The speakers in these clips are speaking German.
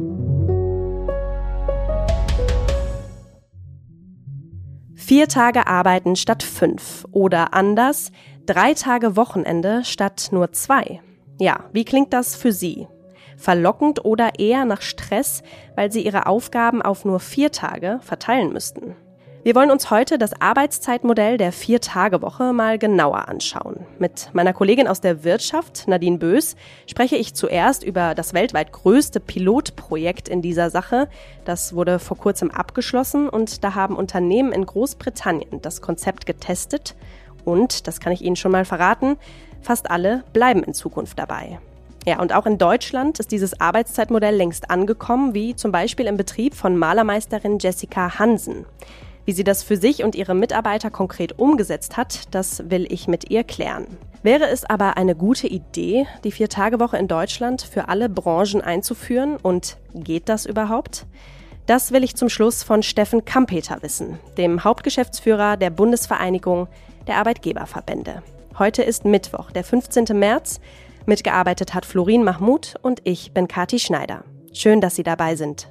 4 Tage arbeiten statt 5 oder anders, 3 Tage Wochenende statt nur 2. Ja, wie klingt das für Sie? Verlockend oder eher nach Stress, weil Sie Ihre Aufgaben auf nur 4 Tage verteilen müssten? Wir wollen uns heute das Arbeitszeitmodell der 4-Tage-Woche mal genauer anschauen. Mit meiner Kollegin aus der Wirtschaft, Nadine Bös, spreche ich zuerst über das weltweit größte Pilotprojekt in dieser Sache. Das wurde vor kurzem abgeschlossen und da haben Unternehmen in Großbritannien das Konzept getestet. Und, das kann ich Ihnen schon mal verraten, fast alle bleiben in Zukunft dabei. Ja, und auch in Deutschland ist dieses Arbeitszeitmodell längst angekommen, wie zum Beispiel im Betrieb von Malermeisterin Jessica Hansen. Wie sie das für sich und ihre Mitarbeiter konkret umgesetzt hat, das will ich mit ihr klären. Wäre es aber eine gute Idee, die 4-Tage-Woche in Deutschland für alle Branchen einzuführen? Und geht das überhaupt? Das will ich zum Schluss von Steffen Kampeter wissen, dem Hauptgeschäftsführer der Bundesvereinigung der Arbeitgeberverbände. Heute ist Mittwoch, der 15. März. Mitgearbeitet hat Florin Mahmoud und ich bin Kathi Schneider. Schön, dass Sie dabei sind.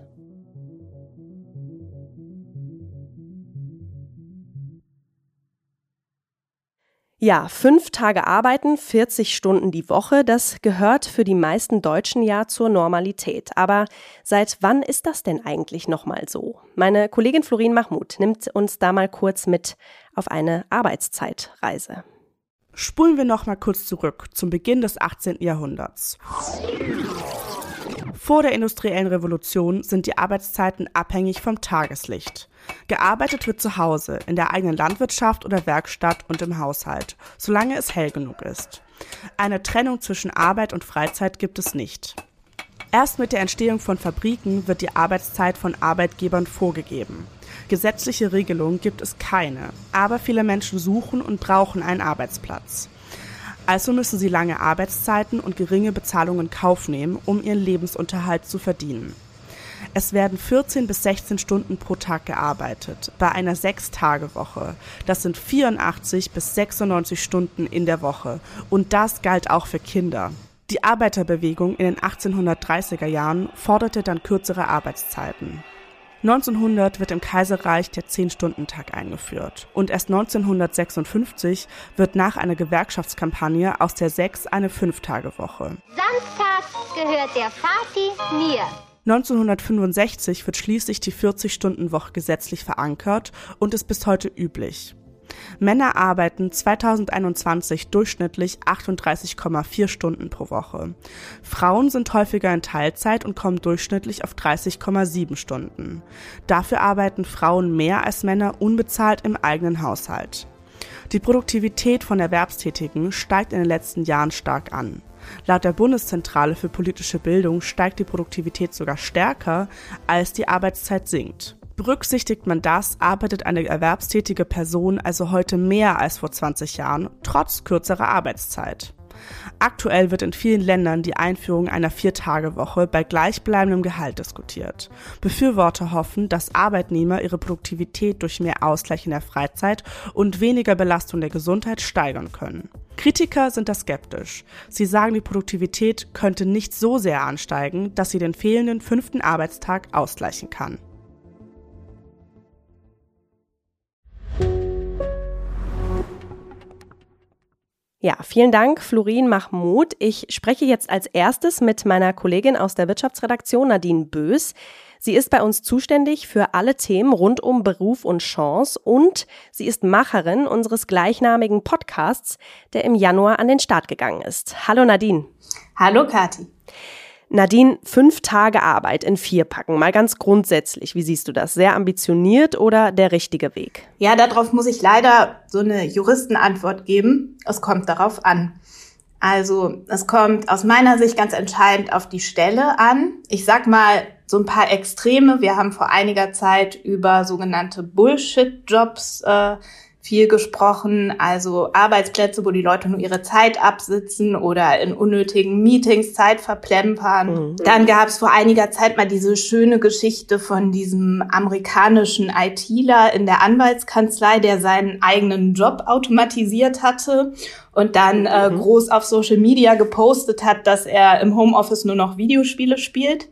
Ja, 5 Tage arbeiten, 40 Stunden die Woche, das gehört für die meisten Deutschen ja zur Normalität. Aber seit wann ist das denn eigentlich nochmal so? Meine Kollegin Florin Mahmoud nimmt uns da mal kurz mit auf eine Arbeitszeitreise. Spulen wir noch mal kurz zurück zum Beginn des 18. Jahrhunderts. Vor der industriellen Revolution sind die Arbeitszeiten abhängig vom Tageslicht. Gearbeitet wird zu Hause, in der eigenen Landwirtschaft oder Werkstatt und im Haushalt, solange es hell genug ist. Eine Trennung zwischen Arbeit und Freizeit gibt es nicht. Erst mit der Entstehung von Fabriken wird die Arbeitszeit von Arbeitgebern vorgegeben. Gesetzliche Regelungen gibt es keine, aber viele Menschen suchen und brauchen einen Arbeitsplatz. Also müssen sie lange Arbeitszeiten und geringe Bezahlung in Kauf nehmen, um ihren Lebensunterhalt zu verdienen. Es werden 14 bis 16 Stunden pro Tag gearbeitet, bei einer 6-Tage-Woche. Das sind 84 bis 96 Stunden in der Woche. Und das galt auch für Kinder. Die Arbeiterbewegung in den 1830er Jahren forderte dann kürzere Arbeitszeiten. 1900 wird im Kaiserreich der 10-Stunden-Tag eingeführt und erst 1956 wird nach einer Gewerkschaftskampagne aus der 6 eine 5-Tage-Woche. Samstags gehört der Vati mir. 1965 wird schließlich die 40-Stunden-Woche gesetzlich verankert und ist bis heute üblich. Männer arbeiten 2021 durchschnittlich 38,4 Stunden pro Woche. Frauen sind häufiger in Teilzeit und kommen durchschnittlich auf 30,7 Stunden. Dafür arbeiten Frauen mehr als Männer unbezahlt im eigenen Haushalt. Die Produktivität von Erwerbstätigen steigt in den letzten Jahren stark an. Laut der Bundeszentrale für politische Bildung steigt die Produktivität sogar stärker, als die Arbeitszeit sinkt. Berücksichtigt man das, arbeitet eine erwerbstätige Person also heute mehr als vor 20 Jahren, trotz kürzerer Arbeitszeit. Aktuell wird in vielen Ländern die Einführung einer 4-Tage-Woche bei gleichbleibendem Gehalt diskutiert. Befürworter hoffen, dass Arbeitnehmer ihre Produktivität durch mehr Ausgleich in der Freizeit und weniger Belastung der Gesundheit steigern können. Kritiker sind da skeptisch. Sie sagen, die Produktivität könnte nicht so sehr ansteigen, dass sie den fehlenden 5. Arbeitstag ausgleichen kann. Ja, vielen Dank, Florin Mahmoud. Ich spreche jetzt als erstes mit meiner Kollegin aus der Wirtschaftsredaktion, Nadine Bös. Sie ist bei uns zuständig für alle Themen rund um Beruf und Chance und sie ist Macherin unseres gleichnamigen Podcasts, der im Januar an den Start gegangen ist. Hallo Nadine. Hallo Kathi. Nadine, 5 Tage Arbeit in 4 Packen. Mal ganz grundsätzlich, wie siehst du das? Sehr ambitioniert oder der richtige Weg? Ja, darauf muss ich leider so eine Juristenantwort geben. Es kommt darauf an. Also es kommt aus meiner Sicht ganz entscheidend auf die Stelle an. Ich sag mal so ein paar Extreme. Wir haben vor einiger Zeit über sogenannte Bullshit-Jobs viel gesprochen, also Arbeitsplätze, wo die Leute nur ihre Zeit absitzen oder in unnötigen Meetings Zeit verplempern. Mhm. Dann gab es vor einiger Zeit mal diese schöne Geschichte von diesem amerikanischen ITler in der Anwaltskanzlei, der seinen eigenen Job automatisiert hatte und dann groß auf Social Media gepostet hat, dass er im Homeoffice nur noch Videospiele spielt.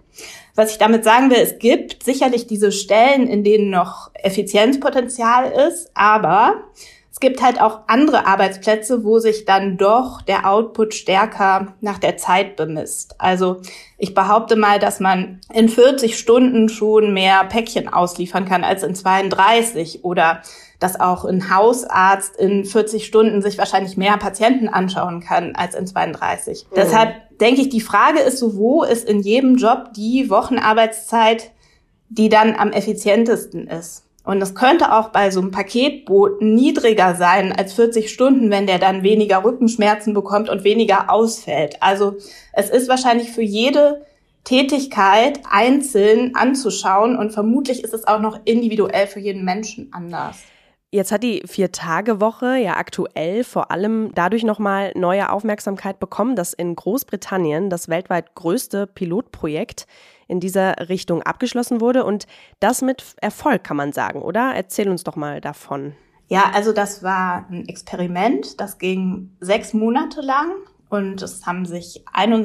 Was ich damit sagen will, es gibt sicherlich diese Stellen, in denen noch Effizienzpotenzial ist, aber es gibt halt auch andere Arbeitsplätze, wo sich dann doch der Output stärker nach der Zeit bemisst. Also ich behaupte mal, dass man in 40 Stunden schon mehr Päckchen ausliefern kann als in 32 oder dass auch ein Hausarzt in 40 Stunden sich wahrscheinlich mehr Patienten anschauen kann als in 32. Deshalb denke ich, die Frage ist so, wo ist in jedem Job die Wochenarbeitszeit, die dann am effizientesten ist? Und es könnte auch bei so einem Paketboten niedriger sein als 40 Stunden, wenn der dann weniger Rückenschmerzen bekommt und weniger ausfällt. Also es ist wahrscheinlich für jede Tätigkeit einzeln anzuschauen und vermutlich ist es auch noch individuell für jeden Menschen anders. Jetzt hat die 4-Tage-Woche ja aktuell vor allem dadurch nochmal neue Aufmerksamkeit bekommen, dass in Großbritannien das weltweit größte Pilotprojekt in dieser Richtung abgeschlossen wurde und das mit Erfolg, kann man sagen, oder? Erzähl uns doch mal davon. Ja, also das war ein Experiment, das ging 6 Monate lang und es haben sich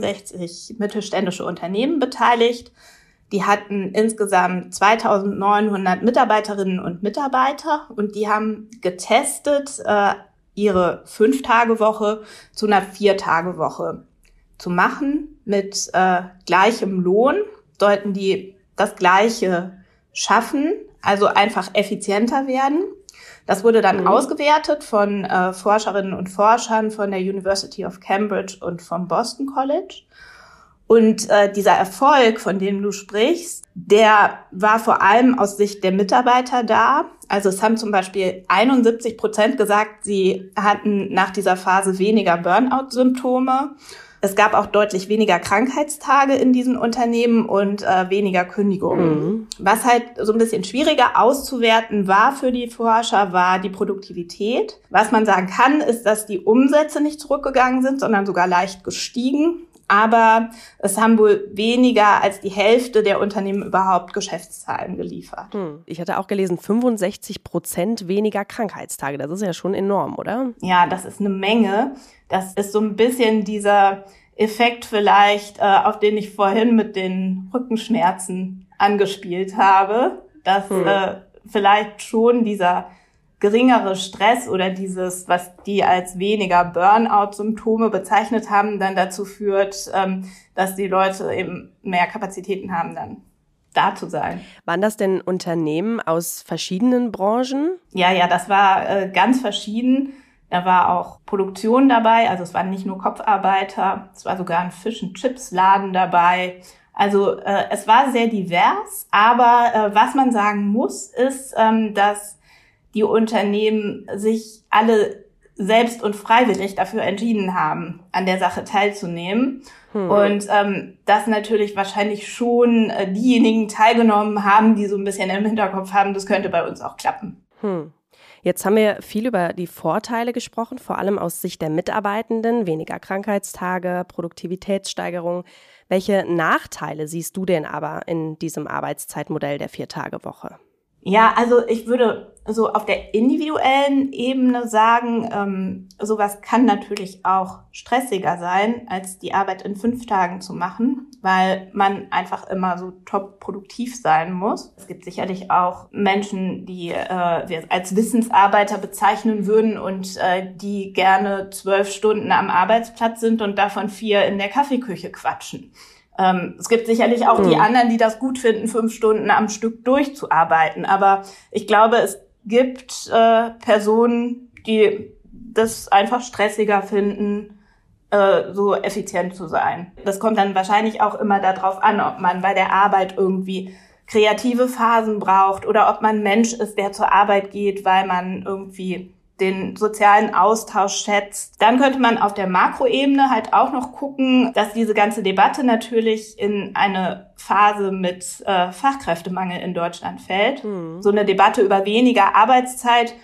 61 mittelständische Unternehmen beteiligt. Die hatten insgesamt 2.900 Mitarbeiterinnen und Mitarbeiter und die haben getestet, ihre 5-Tage-Woche zu einer 4-Tage-Woche zu machen mit gleichem Lohn. Sollten die das Gleiche schaffen, also einfach effizienter werden. Das wurde dann ausgewertet von Forscherinnen und Forschern von der University of Cambridge und vom Boston College. Und dieser Erfolg, von dem du sprichst, der war vor allem aus Sicht der Mitarbeiter da. Also es haben zum Beispiel 71% gesagt, sie hatten nach dieser Phase weniger Burnout-Symptome. Es gab auch deutlich weniger Krankheitstage in diesen Unternehmen und weniger Kündigungen. Was halt so ein bisschen schwieriger auszuwerten war für die Forscher, war die Produktivität. Was man sagen kann, ist, dass die Umsätze nicht zurückgegangen sind, sondern sogar leicht gestiegen. Aber es haben wohl weniger als die Hälfte der Unternehmen überhaupt Geschäftszahlen geliefert. Ich hatte auch gelesen, 65% weniger Krankheitstage. Das ist ja schon enorm, oder? Ja, das ist eine Menge. Das ist so ein bisschen dieser Effekt vielleicht, auf den ich vorhin mit den Rückenschmerzen angespielt habe, dass vielleicht schon dieser geringere Stress oder dieses, was die als weniger Burnout-Symptome bezeichnet haben, dann dazu führt, dass die Leute eben mehr Kapazitäten haben, dann da zu sein. Waren das denn Unternehmen aus verschiedenen Branchen? Ja, das war ganz verschieden. Da war auch Produktion dabei, also es waren nicht nur Kopfarbeiter, es war sogar ein Fish-and-Chips-Laden dabei. Also es war sehr divers, aber was man sagen muss, ist, dass die Unternehmen sich alle selbst und freiwillig dafür entschieden haben, an der Sache teilzunehmen. Und dass natürlich wahrscheinlich schon diejenigen teilgenommen haben, die so ein bisschen im Hinterkopf haben, das könnte bei uns auch klappen. Jetzt haben wir viel über die Vorteile gesprochen, vor allem aus Sicht der Mitarbeitenden, weniger Krankheitstage, Produktivitätssteigerung. Welche Nachteile siehst du denn aber in diesem Arbeitszeitmodell der 4-Tage-Woche? Ja, also ich würde so auf der individuellen Ebene sagen, sowas kann natürlich auch stressiger sein, als die Arbeit in 5 Tagen zu machen, weil man einfach immer so top produktiv sein muss. Es gibt sicherlich auch Menschen, die wir als Wissensarbeiter bezeichnen würden und die gerne 12 Stunden am Arbeitsplatz sind und davon 4 in der Kaffeeküche quatschen. Es gibt sicherlich auch die anderen, die das gut finden, 5 Stunden am Stück durchzuarbeiten. Aber ich glaube, es gibt Personen, die das einfach stressiger finden, so effizient zu sein. Das kommt dann wahrscheinlich auch immer darauf an, ob man bei der Arbeit irgendwie kreative Phasen braucht oder ob man Mensch ist, der zur Arbeit geht, weil man irgendwie den sozialen Austausch schätzt. Dann könnte man auf der Makroebene halt auch noch gucken, dass diese ganze Debatte natürlich in eine Phase mit Fachkräftemangel in Deutschland fällt. So eine Debatte über weniger Arbeitszeit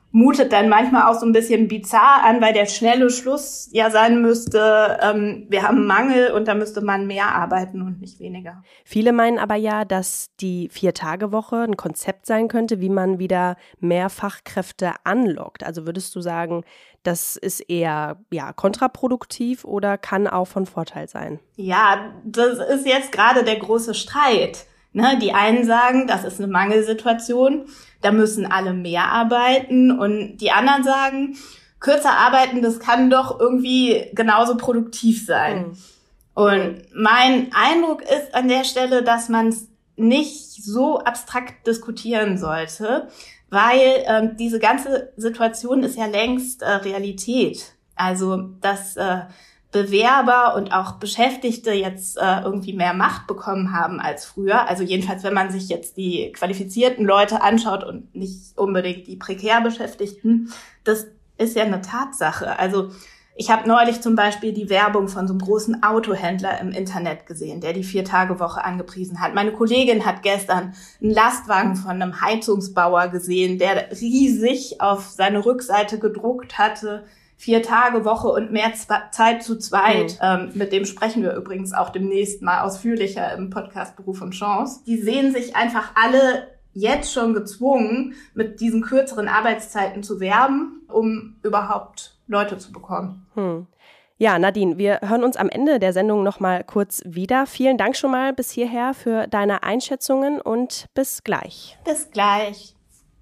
mutet dann manchmal auch so ein bisschen bizarr an, weil der schnelle Schluss ja sein müsste, wir haben einen Mangel und da müsste man mehr arbeiten und nicht weniger. Viele meinen aber ja, dass die 4-Tage-Woche ein Konzept sein könnte, wie man wieder mehr Fachkräfte anlockt. Also würdest du sagen, das ist eher kontraproduktiv oder kann auch von Vorteil sein? Ja, das ist jetzt gerade der große Streit. Ne, die einen sagen, das ist eine Mangelsituation, da müssen alle mehr arbeiten, und die anderen sagen, kürzer arbeiten, das kann doch irgendwie genauso produktiv sein. Und mein Eindruck ist an der Stelle, dass man es nicht so abstrakt diskutieren sollte, weil diese ganze Situation ist ja längst Realität. Also, dass Bewerber und auch Beschäftigte jetzt irgendwie mehr Macht bekommen haben als früher. Also jedenfalls, wenn man sich jetzt die qualifizierten Leute anschaut und nicht unbedingt die prekär Beschäftigten, das ist ja eine Tatsache. Also ich habe neulich zum Beispiel die Werbung von so einem großen Autohändler im Internet gesehen, der die 4-Tage-Woche angepriesen hat. Meine Kollegin hat gestern einen Lastwagen von einem Heizungsbauer gesehen, der riesig auf seine Rückseite gedruckt hatte, 4-Tage-Woche und mehr Zeit zu zweit. Mit dem sprechen wir übrigens auch demnächst mal ausführlicher im Podcast Beruf und Chance. Die sehen sich einfach alle jetzt schon gezwungen, mit diesen kürzeren Arbeitszeiten zu werben, um überhaupt Leute zu bekommen. Ja, Nadine, wir hören uns am Ende der Sendung noch mal kurz wieder. Vielen Dank schon mal bis hierher für deine Einschätzungen und bis gleich. Bis gleich.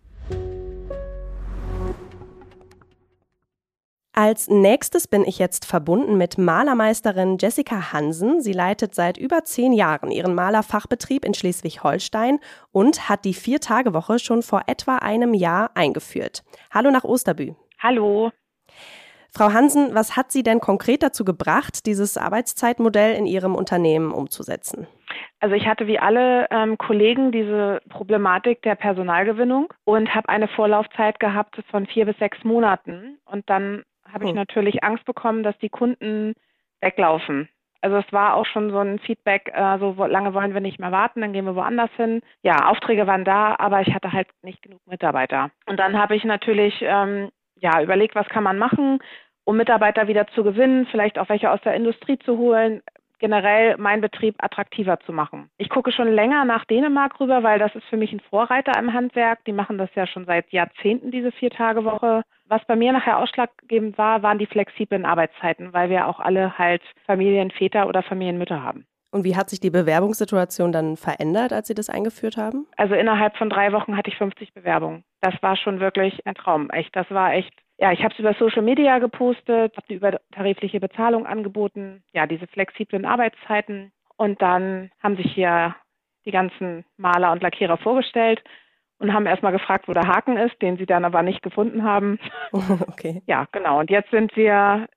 Als nächstes bin ich jetzt verbunden mit Malermeisterin Jessica Hansen. Sie leitet seit über 10 Jahren ihren Malerfachbetrieb in Schleswig-Holstein und hat die 4-Tage-Woche schon vor etwa einem Jahr eingeführt. Hallo nach Osterbü. Hallo. Frau Hansen, was hat Sie denn konkret dazu gebracht, dieses Arbeitszeitmodell in Ihrem Unternehmen umzusetzen? Also ich hatte wie alle Kollegen diese Problematik der Personalgewinnung und habe eine Vorlaufzeit gehabt von 4 bis 6 Monaten. Und dann habe ich natürlich Angst bekommen, dass die Kunden weglaufen. Also es war auch schon so ein Feedback, so lange wollen wir nicht mehr warten, dann gehen wir woanders hin. Ja, Aufträge waren da, aber ich hatte halt nicht genug Mitarbeiter. Und dann habe ich natürlich überlegt, was kann man machen, um Mitarbeiter wieder zu gewinnen, vielleicht auch welche aus der Industrie zu holen, generell meinen Betrieb attraktiver zu machen. Ich gucke schon länger nach Dänemark rüber, weil das ist für mich ein Vorreiter im Handwerk. Die machen das ja schon seit Jahrzehnten, diese 4-Tage-Woche. Was bei mir nachher ausschlaggebend war, waren die flexiblen Arbeitszeiten, weil wir auch alle halt Familienväter oder Familienmütter haben. Und wie hat sich die Bewerbungssituation dann verändert, als Sie das eingeführt haben? Also innerhalb von 3 Wochen hatte ich 50 Bewerbungen. Das war schon wirklich ein Traum. Das war echt. Ja, ich habe es über Social Media gepostet, habe die übertarifliche Bezahlung angeboten, diese flexiblen Arbeitszeiten. Und dann haben sich hier die ganzen Maler und Lackierer vorgestellt und haben erstmal gefragt, wo der Haken ist, den sie dann aber nicht gefunden haben. Okay. Ja, genau. Und jetzt sind wir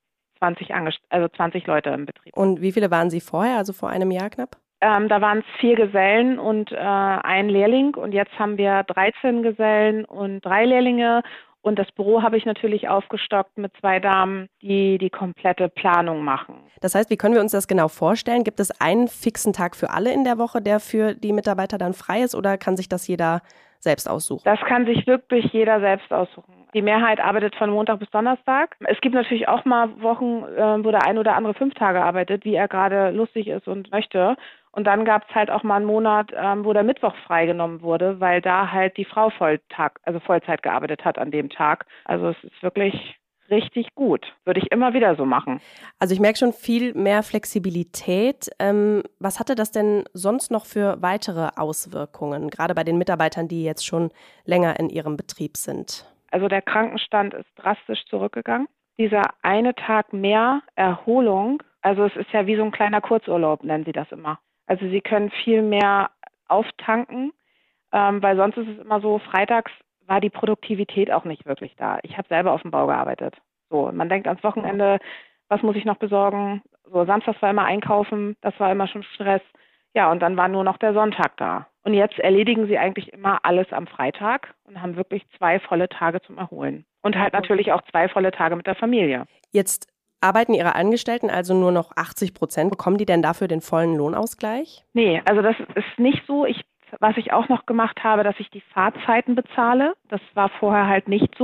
20 Leute im Betrieb. Und wie viele waren Sie vorher, also vor einem Jahr knapp? Da waren es 4 Gesellen und ein Lehrling. Und jetzt haben wir 13 Gesellen und 3 Lehrlinge. Und das Büro habe ich natürlich aufgestockt mit 2 Damen, die die komplette Planung machen. Das heißt, wie können wir uns das genau vorstellen? Gibt es einen fixen Tag für alle in der Woche, der für die Mitarbeiter dann frei ist, oder kann sich das jeder selbst aussuchen? Das kann sich wirklich jeder selbst aussuchen. Die Mehrheit arbeitet von Montag bis Donnerstag. Es gibt natürlich auch mal Wochen, wo der ein oder andere 5 Tage arbeitet, wie er gerade lustig ist und möchte. Und dann gab es halt auch mal einen Monat, wo der Mittwoch freigenommen wurde, weil da halt die Frau Vollzeit gearbeitet hat an dem Tag. Also es ist wirklich richtig gut. Würde ich immer wieder so machen. Also ich merke schon viel mehr Flexibilität. Was hatte das denn sonst noch für weitere Auswirkungen, gerade bei den Mitarbeitern, die jetzt schon länger in ihrem Betrieb sind? Also der Krankenstand ist drastisch zurückgegangen. Dieser eine Tag mehr Erholung, also es ist ja wie so ein kleiner Kurzurlaub, nennen sie das immer. Also sie können viel mehr auftanken, weil sonst ist es immer so, freitags war die Produktivität auch nicht wirklich da. Ich habe selber auf dem Bau gearbeitet. So, man denkt ans Wochenende, was muss ich noch besorgen? So, samstags war immer einkaufen, das war immer schon Stress. Ja, und dann war nur noch der Sonntag da. Und jetzt erledigen sie eigentlich immer alles am Freitag und haben wirklich 2 volle Tage zum Erholen. Und halt natürlich auch 2 volle Tage mit der Familie. Jetzt arbeiten Ihre Angestellten also nur noch 80%. Bekommen die denn dafür den vollen Lohnausgleich? Nee, also das ist nicht so. Was ich auch noch gemacht habe, dass ich die Fahrzeiten bezahle. Das war vorher halt nicht so.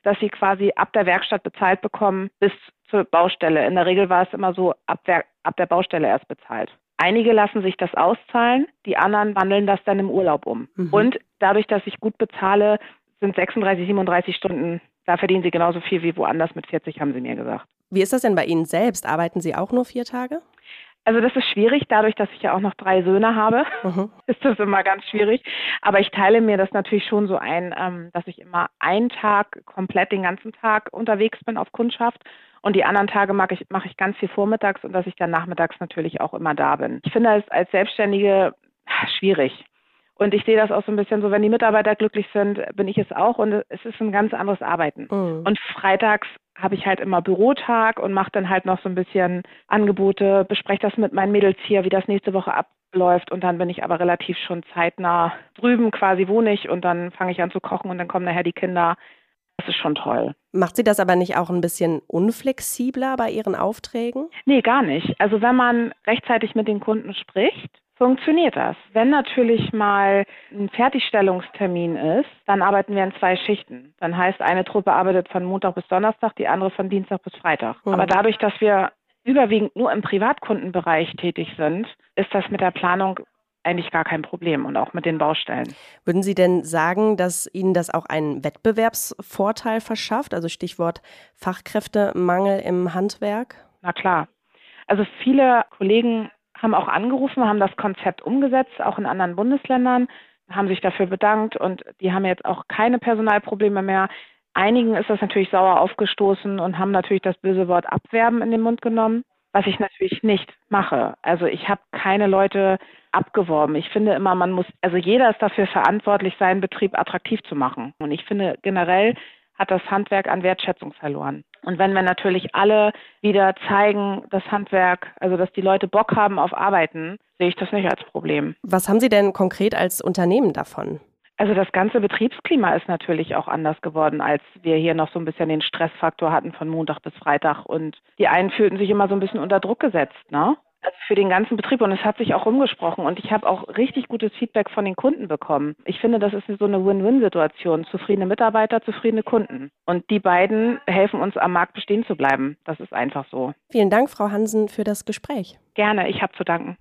dass sie quasi ab der Werkstatt bezahlt bekommen bis zur Baustelle. In der Regel war es immer so, ab der Baustelle erst bezahlt. Einige lassen sich das auszahlen, die anderen wandeln das dann im Urlaub um. Und dadurch, dass ich gut bezahle, sind 36, 37 Stunden, da verdienen sie genauso viel wie woanders mit 40, haben sie mir gesagt. Wie ist das denn bei Ihnen selbst? Arbeiten Sie auch nur 4 Tage? Also das ist schwierig, dadurch, dass ich ja auch noch 3 Söhne habe, ist das immer ganz schwierig. Aber ich teile mir das natürlich schon so ein, dass ich immer einen Tag komplett den ganzen Tag unterwegs bin auf Kundschaft und die anderen Tage mache ich ganz viel vormittags und dass ich dann nachmittags natürlich auch immer da bin. Ich finde es als Selbstständige schwierig. Und ich sehe das auch so ein bisschen so, wenn die Mitarbeiter glücklich sind, bin ich es auch und es ist ein ganz anderes Arbeiten. Und freitags habe ich halt immer Bürotag und mache dann halt noch so ein bisschen Angebote, bespreche das mit meinen Mädels hier, wie das nächste Woche abläuft und dann bin ich aber relativ schon zeitnah drüben quasi wohne ich und dann fange ich an zu kochen und dann kommen nachher die Kinder. Das ist schon toll. Macht Sie das aber nicht auch ein bisschen unflexibler bei Ihren Aufträgen? Nee, gar nicht. Also wenn man rechtzeitig mit den Kunden spricht, funktioniert das. Wenn natürlich mal ein Fertigstellungstermin ist, dann arbeiten wir in 2 Schichten. Dann heißt, eine Truppe arbeitet von Montag bis Donnerstag, die andere von Dienstag bis Freitag. Aber dadurch, dass wir überwiegend nur im Privatkundenbereich tätig sind, ist das mit der Planung eigentlich gar kein Problem und auch mit den Baustellen. Würden Sie denn sagen, dass Ihnen das auch einen Wettbewerbsvorteil verschafft? Also Stichwort Fachkräftemangel im Handwerk? Na klar. Also viele Kollegen haben auch angerufen, haben das Konzept umgesetzt, auch in anderen Bundesländern, haben sich dafür bedankt und die haben jetzt auch keine Personalprobleme mehr. Einigen ist das natürlich sauer aufgestoßen und haben natürlich das böse Wort Abwerben in den Mund genommen, was ich natürlich nicht mache. Also ich habe keine Leute abgeworben. Ich finde immer, jeder ist dafür verantwortlich, seinen Betrieb attraktiv zu machen. Und ich finde generell hat das Handwerk an Wertschätzung verloren. Und wenn wir natürlich alle wieder zeigen, das Handwerk, also dass die Leute Bock haben auf Arbeiten, sehe ich das nicht als Problem. Was haben Sie denn konkret als Unternehmen davon? Also das ganze Betriebsklima ist natürlich auch anders geworden, als wir hier noch so ein bisschen den Stressfaktor hatten von Montag bis Freitag. Und die einen fühlten sich immer so ein bisschen unter Druck gesetzt, ne? Also für den ganzen Betrieb und es hat sich auch rumgesprochen und ich habe auch richtig gutes Feedback von den Kunden bekommen. Ich finde, das ist so eine Win-Win-Situation. Zufriedene Mitarbeiter, zufriedene Kunden. Und die beiden helfen uns am Markt bestehen zu bleiben. Das ist einfach so. Vielen Dank, Frau Hansen, für das Gespräch. Gerne, ich habe zu danken.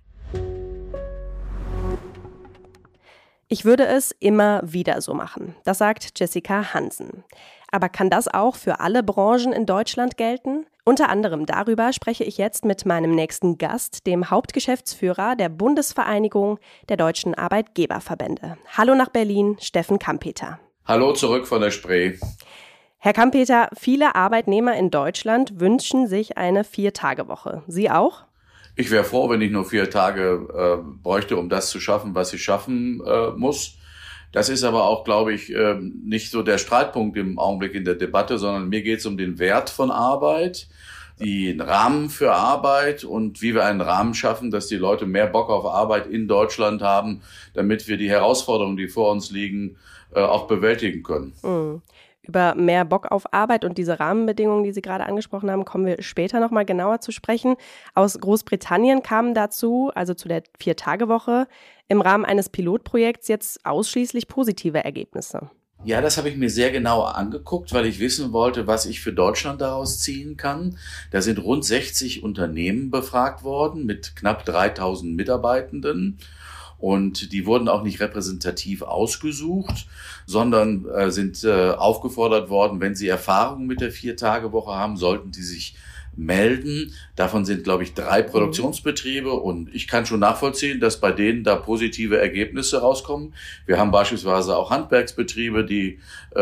Ich würde es immer wieder so machen. Das sagt Jessica Hansen. Aber kann das auch für alle Branchen in Deutschland gelten? Unter anderem darüber spreche ich jetzt mit meinem nächsten Gast, dem Hauptgeschäftsführer der Bundesvereinigung der deutschen Arbeitgeberverbände. Hallo nach Berlin, Steffen Kampeter. Hallo zurück von der Spree. Herr Kampeter, viele Arbeitnehmer in Deutschland wünschen sich eine 4-Tage-Woche. Sie auch? Ich wäre froh, wenn ich nur 4 Tage bräuchte, um das zu schaffen, was ich schaffen muss. Das ist aber auch, glaube ich, nicht so der Streitpunkt im Augenblick in der Debatte, sondern mir geht es um den Wert von Arbeit, den Rahmen für Arbeit und wie wir einen Rahmen schaffen, dass die Leute mehr Bock auf Arbeit in Deutschland haben, damit wir die Herausforderungen, die vor uns liegen, auch bewältigen können. Über mehr Bock auf Arbeit und diese Rahmenbedingungen, die Sie gerade angesprochen haben, kommen wir später nochmal genauer zu sprechen. Aus Großbritannien kamen dazu, also zu der 4-Tage-Woche, im Rahmen eines Pilotprojekts jetzt ausschließlich positive Ergebnisse. Ja, das habe ich mir sehr genau angeguckt, weil ich wissen wollte, was ich für Deutschland daraus ziehen kann. Da sind rund 60 Unternehmen befragt worden mit knapp 3000 Mitarbeitenden. Und die wurden auch nicht repräsentativ ausgesucht, sondern sind aufgefordert worden, wenn sie Erfahrung mit der 4-Tage-Woche haben, sollten die sich melden. Davon sind, glaube ich, 3 Produktionsbetriebe und ich kann schon nachvollziehen, dass bei denen da positive Ergebnisse rauskommen. Wir haben beispielsweise auch Handwerksbetriebe, die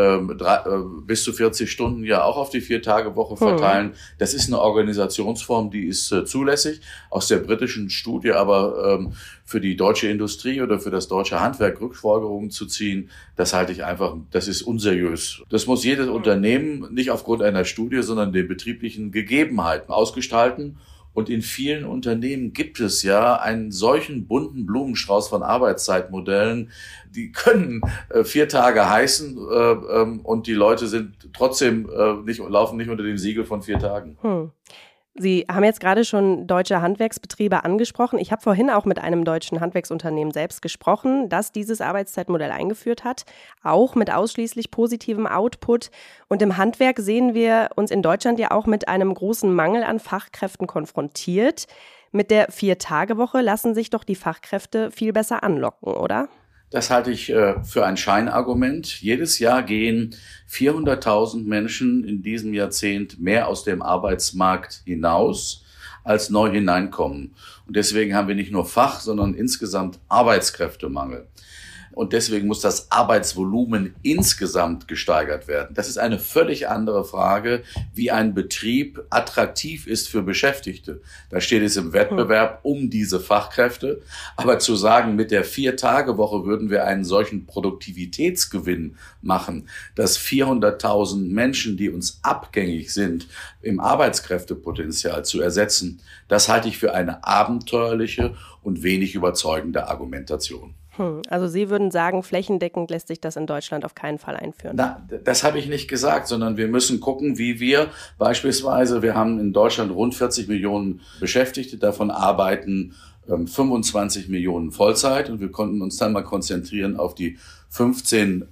bis zu 40 Stunden ja auch auf die 4-Tage-Woche verteilen. Das ist eine Organisationsform, die ist zulässig. Aus der britischen Studie aber für die deutsche Industrie oder für das deutsche Handwerk Rückfolgerungen zu ziehen, das halte ich einfach, das ist unseriös. Das muss jedes Unternehmen nicht aufgrund einer Studie, sondern den betrieblichen Gegebenheiten ausgestalten. Und in vielen Unternehmen gibt es ja einen solchen bunten Blumenstrauß von Arbeitszeitmodellen, die können 4 Tage heißen und die Leute sind trotzdem laufen nicht unter dem Siegel von 4 Tagen. Sie haben jetzt gerade schon deutsche Handwerksbetriebe angesprochen. Ich habe vorhin auch mit einem deutschen Handwerksunternehmen selbst gesprochen, das dieses Arbeitszeitmodell eingeführt hat, auch mit ausschließlich positivem Output. Und im Handwerk sehen wir uns in Deutschland ja auch mit einem großen Mangel an Fachkräften konfrontiert. Mit der 4-Tage-Woche lassen sich doch die Fachkräfte viel besser anlocken, oder? Das halte ich für ein Scheinargument. Jedes Jahr gehen 400.000 Menschen in diesem Jahrzehnt mehr aus dem Arbeitsmarkt hinaus, als neu hineinkommen. Und deswegen haben wir nicht nur sondern insgesamt Arbeitskräftemangel. Und deswegen muss das Arbeitsvolumen insgesamt gesteigert werden. Das ist eine völlig andere Frage, wie ein Betrieb attraktiv ist für Beschäftigte. Da steht es im Wettbewerb um diese Fachkräfte. Aber zu sagen, mit der 4-Tage-Woche würden wir einen solchen Produktivitätsgewinn machen, dass 400.000 Menschen, die uns abgängig sind, im Arbeitskräftepotenzial zu ersetzen, das halte ich für eine abenteuerliche und wenig überzeugende Argumentation. Also Sie würden sagen, flächendeckend lässt sich das in Deutschland auf keinen Fall einführen. Das habe ich nicht gesagt, sondern wir müssen gucken, wie wir beispielsweise, wir haben in Deutschland rund 40 Millionen Beschäftigte, davon arbeiten 25 Millionen Vollzeit und wir konnten uns dann mal konzentrieren auf die rund 15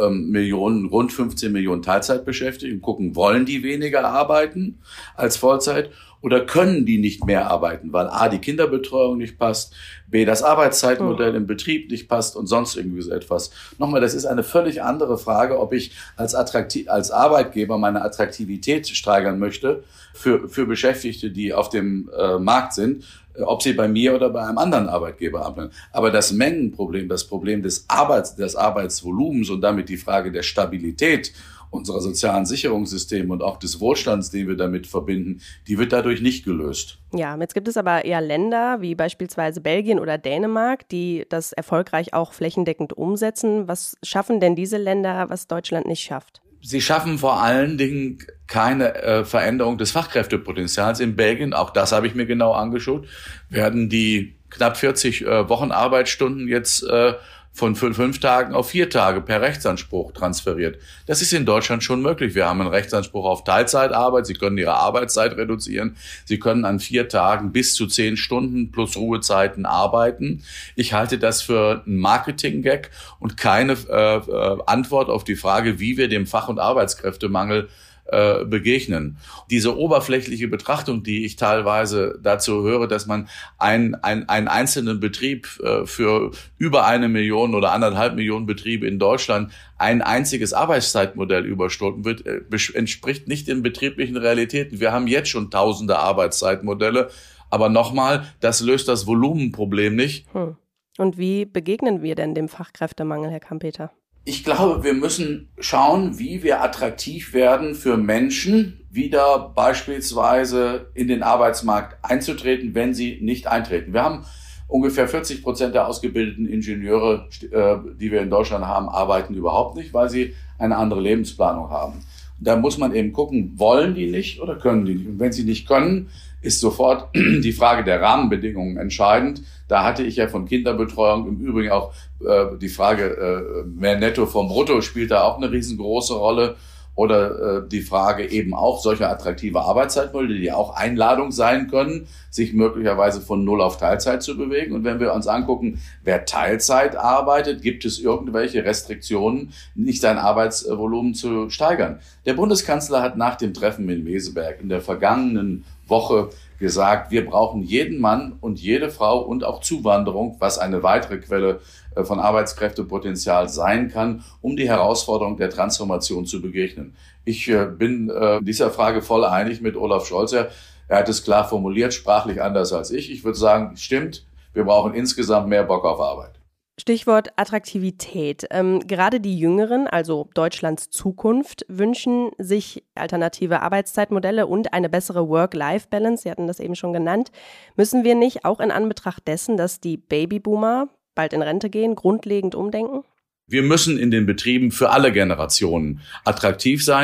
Millionen Teilzeitbeschäftigte und gucken, wollen die weniger arbeiten als Vollzeit oder können die nicht mehr arbeiten, weil A, die Kinderbetreuung nicht passt, B, das Arbeitszeitmodell im Betrieb nicht passt und sonst irgendwie so etwas. Nochmal, das ist eine völlig andere Frage, ob ich als Arbeitgeber meine Attraktivität steigern möchte für Beschäftigte, die auf dem Markt sind, ob sie bei mir oder bei einem anderen Arbeitgeber arbeiten. Aber das Mengenproblem, das Problem des Arbeitsvolumens und damit die Frage der Stabilität unserer sozialen Sicherungssysteme und auch des Wohlstands, den wir damit verbinden, die wird dadurch nicht gelöst. Ja, jetzt gibt es aber eher Länder wie beispielsweise Belgien oder Dänemark, die das erfolgreich auch flächendeckend umsetzen. Was schaffen denn diese Länder, was Deutschland nicht schafft? Sie schaffen vor allen Dingen keine Veränderung des Fachkräftepotenzials. In Belgien, auch das habe ich mir genau angeschaut, werden die knapp 40 Wochenarbeitsstunden jetzt von 5 Tagen auf 4 Tage per Rechtsanspruch transferiert. Das ist in Deutschland schon möglich. Wir haben einen Rechtsanspruch auf Teilzeitarbeit. Sie können Ihre Arbeitszeit reduzieren. Sie können an 4 Tagen bis zu 10 Stunden plus Ruhezeiten arbeiten. Ich halte das für einen Marketing-Gag und keine Antwort auf die Frage, wie wir dem Fach- und Arbeitskräftemangel begegnen. Diese oberflächliche Betrachtung, die ich teilweise dazu höre, dass man einen einzelnen Betrieb für über 1 Million oder 1,5 Millionen Betriebe in Deutschland ein einziges Arbeitszeitmodell überstülpen wird, entspricht nicht den betrieblichen Realitäten. Wir haben jetzt schon tausende Arbeitszeitmodelle, aber nochmal, das löst das Volumenproblem nicht. Und wie begegnen wir denn dem Fachkräftemangel, Herr Kampeter? Ich glaube, wir müssen schauen, wie wir attraktiv werden für Menschen, wieder beispielsweise in den Arbeitsmarkt einzutreten, wenn sie nicht eintreten. Wir haben ungefähr 40% der ausgebildeten Ingenieure, die wir in Deutschland haben, arbeiten überhaupt nicht, weil sie eine andere Lebensplanung haben. Da muss man eben gucken, wollen die nicht oder können die nicht? Und wenn sie nicht können, ist sofort die Frage der Rahmenbedingungen entscheidend. Da hatte ich ja von Kinderbetreuung im Übrigen auch die Frage, mehr Netto vom Brutto spielt da auch eine riesengroße Rolle. Oder die Frage eben auch solcher attraktive Arbeitszeitmodelle, die auch Einladung sein können, sich möglicherweise von 0 auf Teilzeit zu bewegen. Und wenn wir uns angucken, wer Teilzeit arbeitet, gibt es irgendwelche Restriktionen, nicht sein Arbeitsvolumen zu steigern. Der Bundeskanzler hat nach dem Treffen in Meseberg in der vergangenen Woche gesagt, wir brauchen jeden Mann und jede Frau und auch Zuwanderung, was eine weitere Quelle von Arbeitskräftepotenzial sein kann, um die Herausforderung der Transformation zu begegnen. Ich bin in dieser Frage voll einig mit Olaf Scholz. Er hat es klar formuliert, sprachlich anders als ich. Ich würde sagen, stimmt, wir brauchen insgesamt mehr Bock auf Arbeit. Stichwort Attraktivität. Gerade die Jüngeren, also Deutschlands Zukunft, wünschen sich alternative Arbeitszeitmodelle und eine bessere Work-Life-Balance. Sie hatten das eben schon genannt. Müssen wir nicht auch in Anbetracht dessen, dass die Babyboomer bald in Rente gehen, grundlegend umdenken? Wir müssen in den Betrieben für alle Generationen attraktiv sein.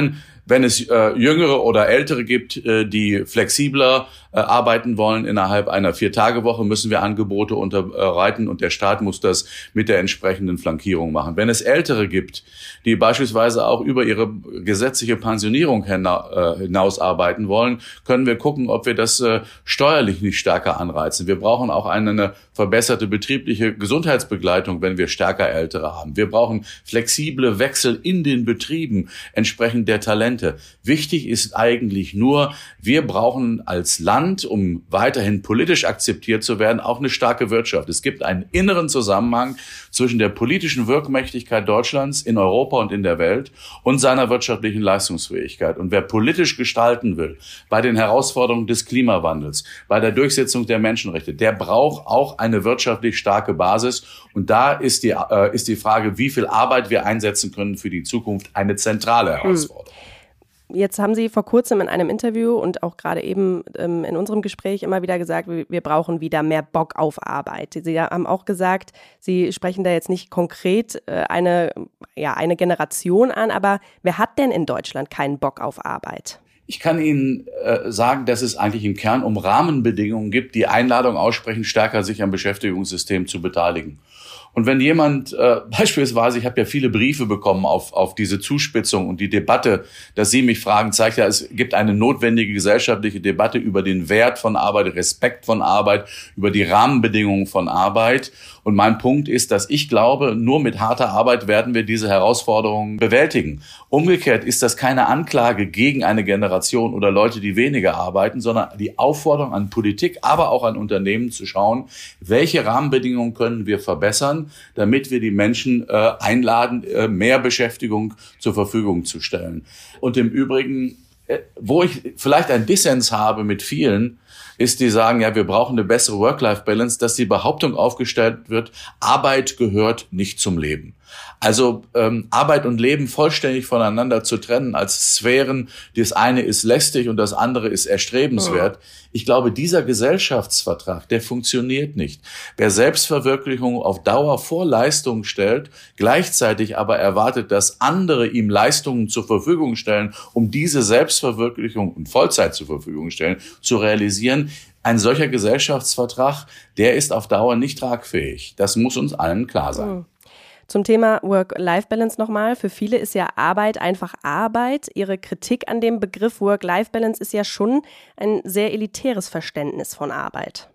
Wenn es Jüngere oder Ältere gibt, die flexibler arbeiten wollen innerhalb einer 4-Tage-Woche, müssen wir Angebote unterbreiten und der Staat muss das mit der entsprechenden Flankierung machen. Wenn es Ältere gibt, die beispielsweise auch über ihre gesetzliche Pensionierung hinaus arbeiten wollen, können wir gucken, ob wir das steuerlich nicht stärker anreizen. Wir brauchen auch eine verbesserte betriebliche Gesundheitsbegleitung, wenn wir stärker Ältere haben. Wir brauchen flexible Wechsel in den Betrieben entsprechend der Talente. Wichtig ist eigentlich nur, wir brauchen als Land, um weiterhin politisch akzeptiert zu werden, auch eine starke Wirtschaft. Es gibt einen inneren Zusammenhang zwischen der politischen Wirkmächtigkeit Deutschlands in Europa und in der Welt und seiner wirtschaftlichen Leistungsfähigkeit. Und wer politisch gestalten will, bei den Herausforderungen des Klimawandels, bei der Durchsetzung der Menschenrechte, der braucht auch eine wirtschaftlich starke Basis. Und da ist die Frage, wie viel Arbeit wir einsetzen können für die Zukunft, eine zentrale Herausforderung. Jetzt haben Sie vor kurzem in einem Interview und auch gerade eben in unserem Gespräch immer wieder gesagt, wir brauchen wieder mehr Bock auf Arbeit. Sie haben auch gesagt, Sie sprechen da jetzt nicht konkret eine Generation an, aber wer hat denn in Deutschland keinen Bock auf Arbeit? Ich kann Ihnen sagen, dass es eigentlich im Kern um Rahmenbedingungen gibt, die Einladung aussprechen, stärker sich am Beschäftigungssystem zu beteiligen. Und wenn jemand beispielsweise, ich habe ja viele Briefe bekommen auf diese Zuspitzung und die Debatte, dass Sie mich fragen, zeigt ja, es gibt eine notwendige gesellschaftliche Debatte über den Wert von Arbeit, Respekt von Arbeit, über die Rahmenbedingungen von Arbeit. Und mein Punkt ist, dass ich glaube, nur mit harter Arbeit werden wir diese Herausforderungen bewältigen. Umgekehrt ist das keine Anklage gegen eine Generation oder Leute, die weniger arbeiten, sondern die Aufforderung an Politik, aber auch an Unternehmen zu schauen, welche Rahmenbedingungen können wir verbessern, damit wir die Menschen einladen, mehr Beschäftigung zur Verfügung zu stellen. Und im Übrigen, wo ich vielleicht einen Dissens habe mit vielen, ist, die sagen, ja, wir brauchen eine bessere Work-Life-Balance, dass die Behauptung aufgestellt wird, Arbeit gehört nicht zum Leben. Also Arbeit und Leben vollständig voneinander zu trennen als Sphären, das eine ist lästig und das andere ist erstrebenswert. Ich glaube, dieser Gesellschaftsvertrag, der funktioniert nicht. Wer Selbstverwirklichung auf Dauer vor Leistung stellt, gleichzeitig aber erwartet, dass andere ihm Leistungen zur Verfügung stellen, um diese Selbstverwirklichung und Vollzeit zur Verfügung stellen, zu realisieren, ein solcher Gesellschaftsvertrag, der ist auf Dauer nicht tragfähig. Das muss uns allen klar sein. Zum Thema Work-Life-Balance nochmal. Für viele ist ja Arbeit einfach Arbeit. Ihre Kritik an dem Begriff Work-Life-Balance ist ja schon ein sehr elitäres Verständnis von Arbeit.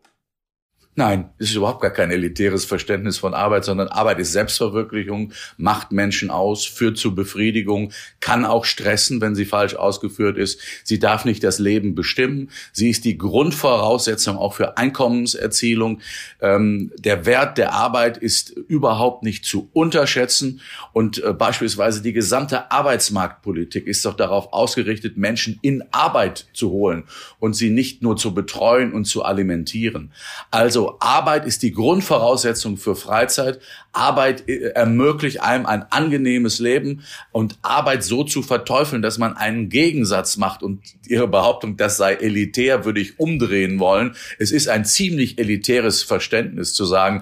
Nein, es ist überhaupt gar kein elitäres Verständnis von Arbeit, sondern Arbeit ist Selbstverwirklichung, macht Menschen aus, führt zu Befriedigung, kann auch stressen, wenn sie falsch ausgeführt ist. Sie darf nicht das Leben bestimmen. Sie ist die Grundvoraussetzung auch für Einkommenserzielung. Der Wert der Arbeit ist überhaupt nicht zu unterschätzen. Und beispielsweise die gesamte Arbeitsmarktpolitik ist doch darauf ausgerichtet, Menschen in Arbeit zu holen und sie nicht nur zu betreuen und zu alimentieren. Also Arbeit ist die Grundvoraussetzung für Freizeit. Arbeit ermöglicht einem ein angenehmes Leben und Arbeit so zu verteufeln, dass man einen Gegensatz macht und Ihre Behauptung, das sei elitär, würde ich umdrehen wollen. Es ist ein ziemlich elitäres Verständnis zu sagen,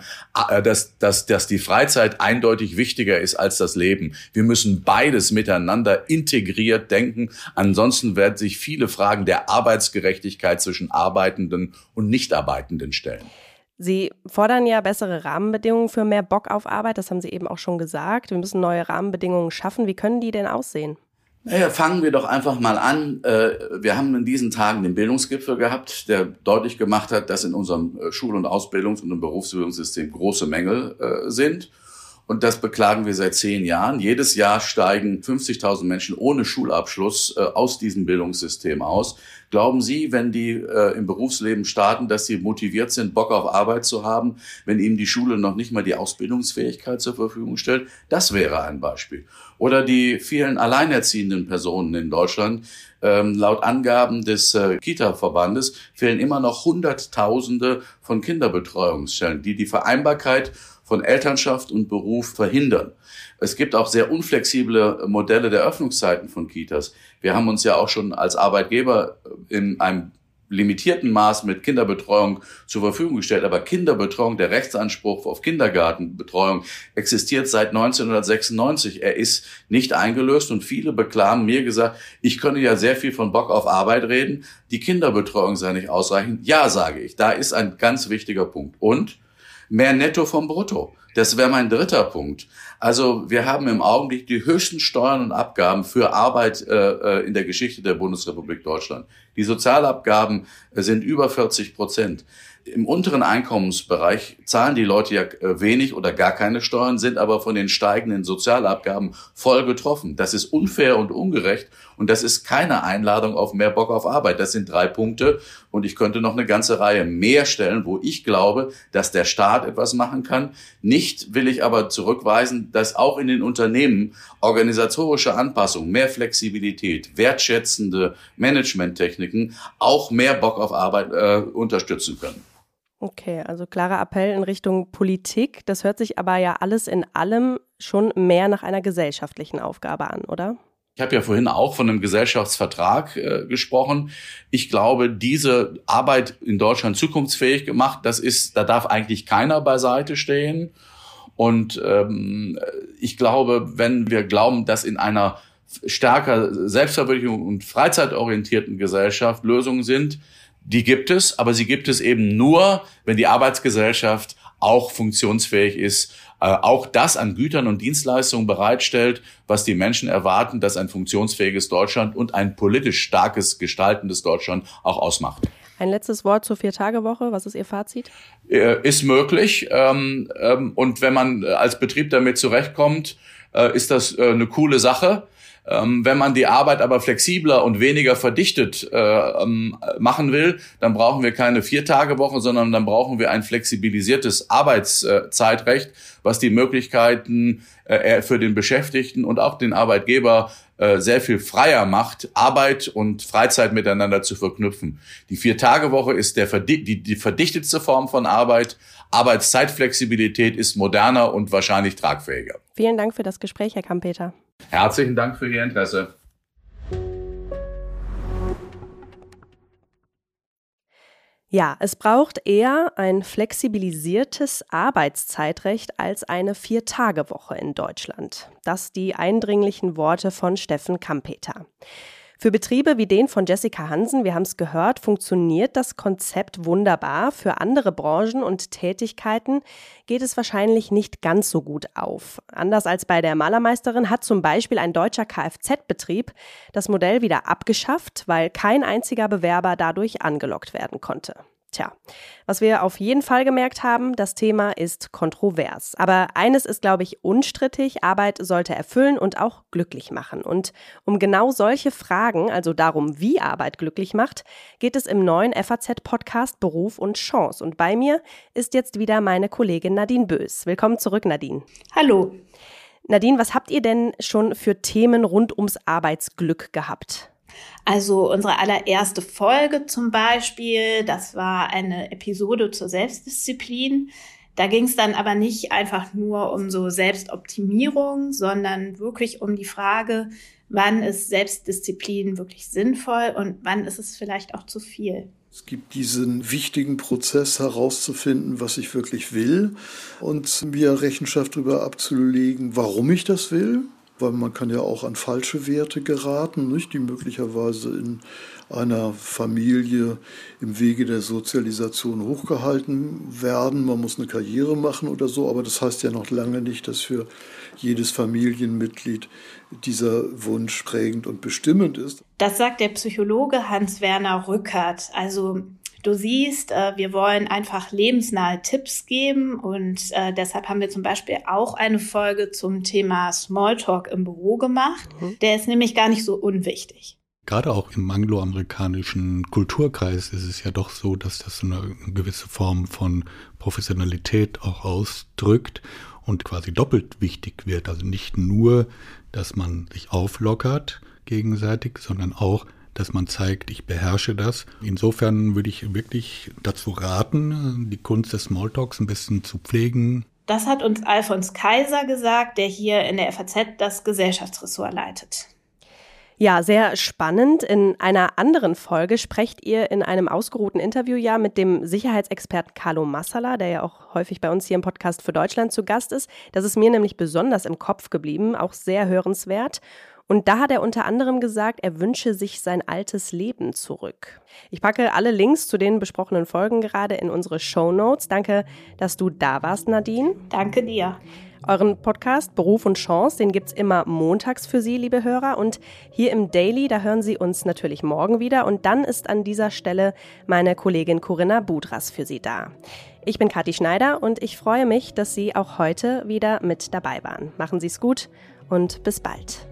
dass die Freizeit eindeutig wichtiger ist als das Leben. Wir müssen beides miteinander integriert denken. Ansonsten werden sich viele Fragen der Arbeitsgerechtigkeit zwischen Arbeitenden und Nichtarbeitenden stellen. Sie fordern ja bessere Rahmenbedingungen für mehr Bock auf Arbeit. Das haben Sie eben auch schon gesagt. Wir müssen neue Rahmenbedingungen schaffen. Wie können die denn aussehen? Naja, fangen wir doch einfach mal an. Wir haben in diesen Tagen den Bildungsgipfel gehabt, der deutlich gemacht hat, dass in unserem Schul- und Ausbildungs- und im Berufsbildungssystem große Mängel sind. Und das beklagen wir seit 10 Jahren. Jedes Jahr steigen 50.000 Menschen ohne Schulabschluss aus diesem Bildungssystem aus. Glauben Sie, wenn die im Berufsleben starten, dass sie motiviert sind, Bock auf Arbeit zu haben, wenn ihnen die Schule noch nicht mal die Ausbildungsfähigkeit zur Verfügung stellt? Das wäre ein Beispiel. Oder die vielen alleinerziehenden Personen in Deutschland. Laut Angaben des Kita-Verbandes fehlen immer noch Hunderttausende von Kinderbetreuungsstellen, die Vereinbarkeit von Elternschaft und Beruf verhindern. Es gibt auch sehr unflexible Modelle der Öffnungszeiten von Kitas. Wir haben uns ja auch schon als Arbeitgeber in einem limitierten Maß mit Kinderbetreuung zur Verfügung gestellt. Aber Kinderbetreuung, der Rechtsanspruch auf Kindergartenbetreuung existiert seit 1996. Er ist nicht eingelöst und viele beklagen mir gesagt, ich könne ja sehr viel von Bock auf Arbeit reden, die Kinderbetreuung sei nicht ausreichend. Ja, sage ich, da ist ein ganz wichtiger Punkt. Und mehr Netto vom Brutto. Das wäre mein dritter Punkt. Also wir haben im Augenblick die höchsten Steuern und Abgaben für Arbeit in der Geschichte der Bundesrepublik Deutschland. Die Sozialabgaben sind über 40%. Im unteren Einkommensbereich zahlen die Leute ja wenig oder gar keine Steuern, sind aber von den steigenden Sozialabgaben voll getroffen. Das ist unfair und ungerecht und das ist keine Einladung auf mehr Bock auf Arbeit. Das sind 3 Punkte und ich könnte noch eine ganze Reihe mehr stellen, wo ich glaube, dass der Staat etwas machen kann. Nicht will ich aber zurückweisen, dass auch in den Unternehmen organisatorische Anpassungen, mehr Flexibilität, wertschätzende Managementtechniken auch mehr Bock auf Arbeit unterstützen können. Okay, also klarer Appell in Richtung Politik. Das hört sich aber ja alles in allem schon mehr nach einer gesellschaftlichen Aufgabe an, oder? Ich habe ja vorhin auch von einem Gesellschaftsvertrag gesprochen. Ich glaube, diese Arbeit in Deutschland zukunftsfähig gemacht, da darf eigentlich keiner beiseite stehen. Und ich glaube, wenn wir glauben, dass in einer stärker Selbstverwirklichung und freizeitorientierten Gesellschaft Lösungen sind, die gibt es, aber sie gibt es eben nur, wenn die Arbeitsgesellschaft auch funktionsfähig ist, auch das an Gütern und Dienstleistungen bereitstellt, was die Menschen erwarten, dass ein funktionsfähiges Deutschland und ein politisch starkes, gestaltendes Deutschland auch ausmacht. Ein letztes Wort zur 4-Tage-Woche. Was ist Ihr Fazit? Ist möglich. Und wenn man als Betrieb damit zurechtkommt, ist das eine coole Sache. Wenn man die Arbeit aber flexibler und weniger verdichtet machen will, dann brauchen wir keine 4-Tage-Woche, sondern dann brauchen wir ein flexibilisiertes Arbeitszeitrecht, was die Möglichkeiten für den Beschäftigten und auch den Arbeitgeber sehr viel freier macht, Arbeit und Freizeit miteinander zu verknüpfen. Die 4-Tage-Woche ist die verdichtetste Form von Arbeit. Arbeitszeitflexibilität ist moderner und wahrscheinlich tragfähiger. Vielen Dank für das Gespräch, Herr Kampeter. Herzlichen Dank für Ihr Interesse. Ja, es braucht eher ein flexibilisiertes Arbeitszeitrecht als eine 4-Tage-Woche in Deutschland. Das die eindringlichen Worte von Steffen Kampeter. Für Betriebe wie den von Jessica Hansen, wir haben es gehört, funktioniert das Konzept wunderbar. Für andere Branchen und Tätigkeiten geht es wahrscheinlich nicht ganz so gut auf. Anders als bei der Malermeisterin hat zum Beispiel ein deutscher Kfz-Betrieb das Modell wieder abgeschafft, weil kein einziger Bewerber dadurch angelockt werden konnte. Tja, was wir auf jeden Fall gemerkt haben, das Thema ist kontrovers. Aber eines ist, glaube ich, unstrittig: Arbeit sollte erfüllen und auch glücklich machen. Und um genau solche Fragen, also darum, wie Arbeit glücklich macht, geht es im neuen FAZ-Podcast Beruf und Chance. Und bei mir ist jetzt wieder meine Kollegin Nadine Bös. Willkommen zurück, Nadine. Hallo. Nadine, was habt ihr denn schon für Themen rund ums Arbeitsglück gehabt? Also unsere allererste Folge zum Beispiel, das war eine Episode zur Selbstdisziplin. Da ging es dann aber nicht einfach nur um so Selbstoptimierung, sondern wirklich um die Frage, wann ist Selbstdisziplin wirklich sinnvoll und wann ist es vielleicht auch zu viel. Es gibt diesen wichtigen Prozess herauszufinden, was ich wirklich will und mir Rechenschaft darüber abzulegen, warum ich das will. Weil man kann ja auch an falsche Werte geraten, nicht, die möglicherweise in einer Familie im Wege der Sozialisation hochgehalten werden. Man muss eine Karriere machen oder so, aber das heißt ja noch lange nicht, dass für jedes Familienmitglied dieser Wunsch prägend und bestimmend ist. Das sagt der Psychologe Hans-Werner Rückert. Also du siehst, wir wollen einfach lebensnahe Tipps geben und deshalb haben wir zum Beispiel auch eine Folge zum Thema Smalltalk im Büro gemacht. Der ist nämlich gar nicht so unwichtig. Gerade auch im angloamerikanischen Kulturkreis ist es ja doch so, dass das so eine gewisse Form von Professionalität auch ausdrückt und quasi doppelt wichtig wird. Also nicht nur, dass man sich auflockert gegenseitig, sondern auch, dass man zeigt, ich beherrsche das. Insofern würde ich wirklich dazu raten, die Kunst des Smalltalks ein bisschen zu pflegen. Das hat uns Alfons Kaiser gesagt, der hier in der FAZ das Gesellschaftsressort leitet. Ja, sehr spannend. In einer anderen Folge sprecht ihr in einem ausgeruhten Interview ja mit dem Sicherheitsexperten Carlo Massala, der ja auch häufig bei uns hier im Podcast für Deutschland zu Gast ist. Das ist mir nämlich besonders im Kopf geblieben, auch sehr hörenswert. Und da hat er unter anderem gesagt, er wünsche sich sein altes Leben zurück. Ich packe alle Links zu den besprochenen Folgen gerade in unsere Shownotes. Danke, dass du da warst, Nadine. Danke dir. Euren Podcast Beruf und Chance, den gibt's immer montags für Sie, liebe Hörer. Und hier im Daily, da hören Sie uns natürlich morgen wieder. Und dann ist an dieser Stelle meine Kollegin Corinna Budras für Sie da. Ich bin Kathi Schneider und ich freue mich, dass Sie auch heute wieder mit dabei waren. Machen Sie es gut und bis bald.